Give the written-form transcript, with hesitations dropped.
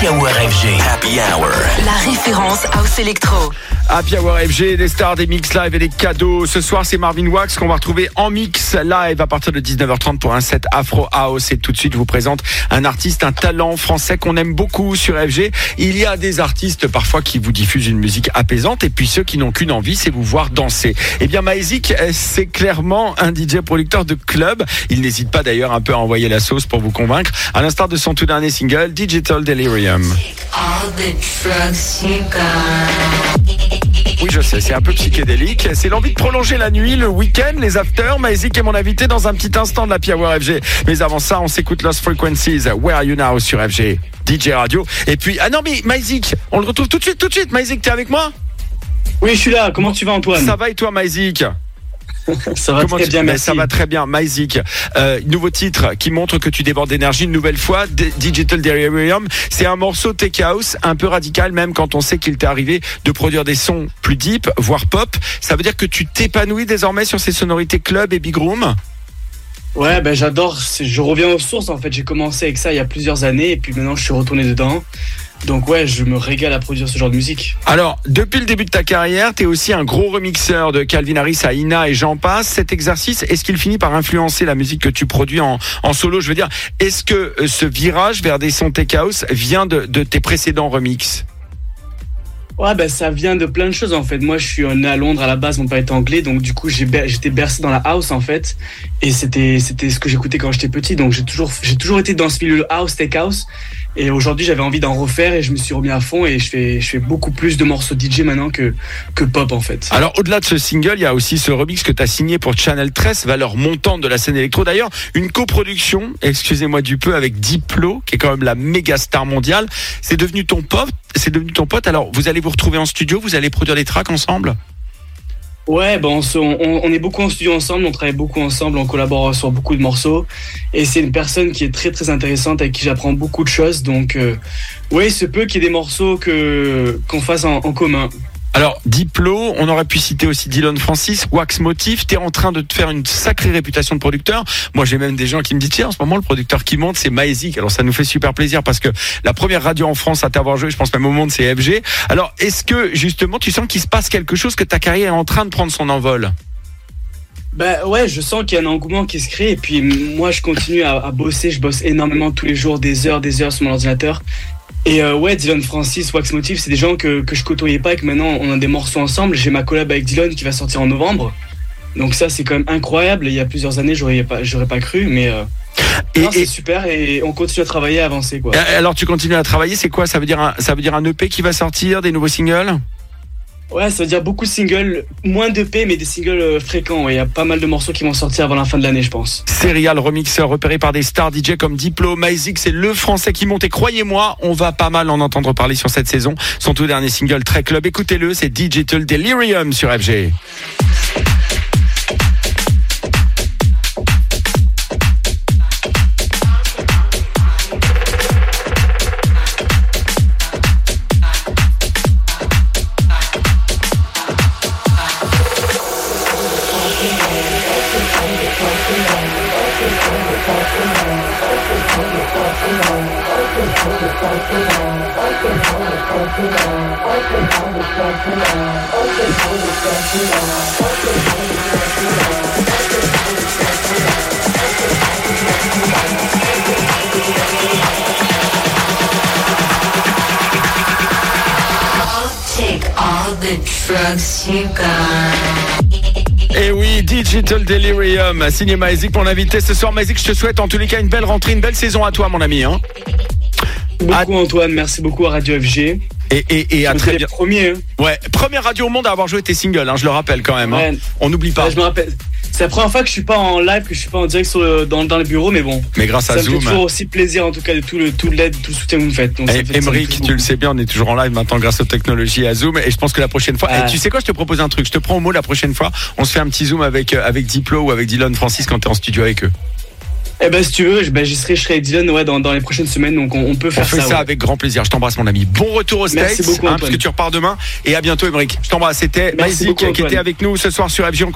Hour FG. Happy Hour. La référence house électro. Happy Hour FG, des stars, des mix live et des cadeaux. Ce soir, c'est Marvin Wax qu'on va retrouver en mix live à partir de 19h30 pour un set Afro House. Et tout de suite, je vous présente un artiste, un talent français qu'on aime beaucoup sur FG. Il y a des artistes parfois qui vous diffusent une musique apaisante et puis ceux qui n'ont qu'une envie, c'est vous voir danser. Eh bien, Maïzik, c'est clairement un DJ producteur de club. Il n'hésite pas d'ailleurs un peu à envoyer la sauce pour vous convaincre. À l'instar de son tout dernier single, Digital Delirium. Oui, je sais, c'est un peu psychédélique. C'est l'envie de prolonger la nuit, le week-end, les afters. Maïzik est mon invité dans un petit instant de la Happy Hour FG. Mais avant ça, on s'écoute Lost Frequencies, Where Are You Now sur FG, DJ Radio. Et puis, ah non, mais Maïzik, on le retrouve tout de suite. Maïzik, t'es avec moi? Oui, je suis là. Comment tu vas, Antoine? Ça va et toi, Maïzik? Ça va très bien, merci. Ça va très bien, Maïzik. Nouveau titre qui montre que tu débordes d'énergie une nouvelle fois, Digital Delirium. C'est un morceau tech house, un peu radical, même quand on sait qu'il t'est arrivé de produire des sons plus deep, voire pop. Ça veut dire que tu t'épanouis désormais sur ces sonorités club et big room? Ouais, ben j'adore. Je reviens aux sources, en fait. J'ai commencé avec ça il y a plusieurs années et puis maintenant je suis retourné dedans. Donc ouais, je me régale à produire ce genre de musique. Alors, depuis le début de ta carrière, t'es aussi un gros remixeur de Calvin Harris à Ina et j'en passe. Cet exercice, est-ce qu'il finit par influencer la musique que tu produis en solo? Je veux dire, est-ce que ce virage vers des sons tech house vient de tes précédents remixes? Ouais, ben ça vient de plein de choses en fait. Moi, je suis né à Londres à la base, mon père est anglais, donc du coup, j'étais bercé dans la house en fait, et c'était ce que j'écoutais quand j'étais petit. Donc j'ai toujours été dans ce milieu house, tech house, et aujourd'hui j'avais envie d'en refaire et je me suis remis à fond et je fais beaucoup plus de morceaux DJ maintenant que pop en fait. Alors au-delà de ce single, il y a aussi ce remix que tu as signé pour Channel 13, valeur montante de la scène électro. D'ailleurs, une coproduction, excusez-moi du peu, avec Diplo, qui est quand même la méga star mondiale. C'est devenu ton pote. Alors vous allez vous retrouver en studio, vous allez produire des tracks ensemble? Ouais, ben on est beaucoup en studio ensemble, on travaille beaucoup ensemble, on collabore sur beaucoup de morceaux et c'est une personne qui est très très intéressante avec qui j'apprends beaucoup de choses, donc ouais, il se peut qu'il y ait des morceaux qu'on fasse en commun. Alors, Diplo, on aurait pu citer aussi Dylan Francis, Wax Motif. T'es en train de te faire une sacrée réputation de producteur. Moi, j'ai même des gens qui me disent, tiens, en ce moment, le producteur qui monte, c'est Maïzik. Alors, ça nous fait super plaisir parce que la première radio en France à t'avoir joué, je pense même au monde, c'est FG. Alors, est-ce que, justement, tu sens qu'il se passe quelque chose, que ta carrière est en train de prendre son envol? Bah ouais, je sens qu'il y a un engouement qui se crée et puis moi, je continue à bosser. Je bosse énormément tous les jours, des heures sur mon ordinateur. Et ouais, Dylan Francis, Wax Motif, c'est des gens que je côtoyais pas et que maintenant on a des morceaux ensemble. J'ai ma collab avec Dylan qui va sortir en novembre. Donc ça, c'est quand même incroyable. Il y a plusieurs années, j'aurais pas cru, mais c'est super et on continue à travailler, à avancer quoi. Alors tu continues à travailler, c'est quoi? Ça veut dire un EP qui va sortir, des nouveaux singles? Ouais, ça veut dire beaucoup de singles, moins d'EP, mais des singles fréquents. Il y a pas mal de morceaux qui vont sortir avant la fin de l'année, je pense. Serial remixeur repéré par des stars DJ comme Diplo, Maïzik, c'est le français qui monte. Et croyez-moi, on va pas mal en entendre parler sur cette saison. Son tout dernier single, très club, écoutez-le, c'est Digital Delirium sur FG. Et oui, Digital Delirium, signé Maïzik, mon invité ce soir. Maïzik, je te souhaite en tous les cas une belle rentrée, une belle saison à toi, mon ami. Beaucoup Antoine, merci beaucoup à Radio FG. Et à très bien. Premier. Ouais, première radio au monde à avoir joué tes singles, je le rappelle quand même. Ouais. On n'oublie pas. Ouais, je me rappelle. C'est la première fois que je suis pas en live, que je suis pas en direct dans le bureau, mais bon. Mais grâce à Zoom. Ça me fait toujours aussi plaisir en tout cas de tout l'aide, tout le soutien que vous me faites. Émeric, tu le sais bien, on est toujours en live maintenant grâce aux technologies à Zoom. Et je pense que la prochaine fois, tu sais quoi, je te propose un truc. Je te prends au mot la prochaine fois. On se fait un petit Zoom avec Diplo ou avec Dylan Francis quand t'es en studio avec eux. Eh ben si tu veux, je serai avec Dylan dans les prochaines semaines, donc on peut faire ça. On fait ça avec grand plaisir. Je t'embrasse mon ami. Bon retour au States, beaucoup, parce que tu repars demain. Et à bientôt Émeric. Je t'embrasse. C'était Maïzik qui était avec nous ce soir sur FG.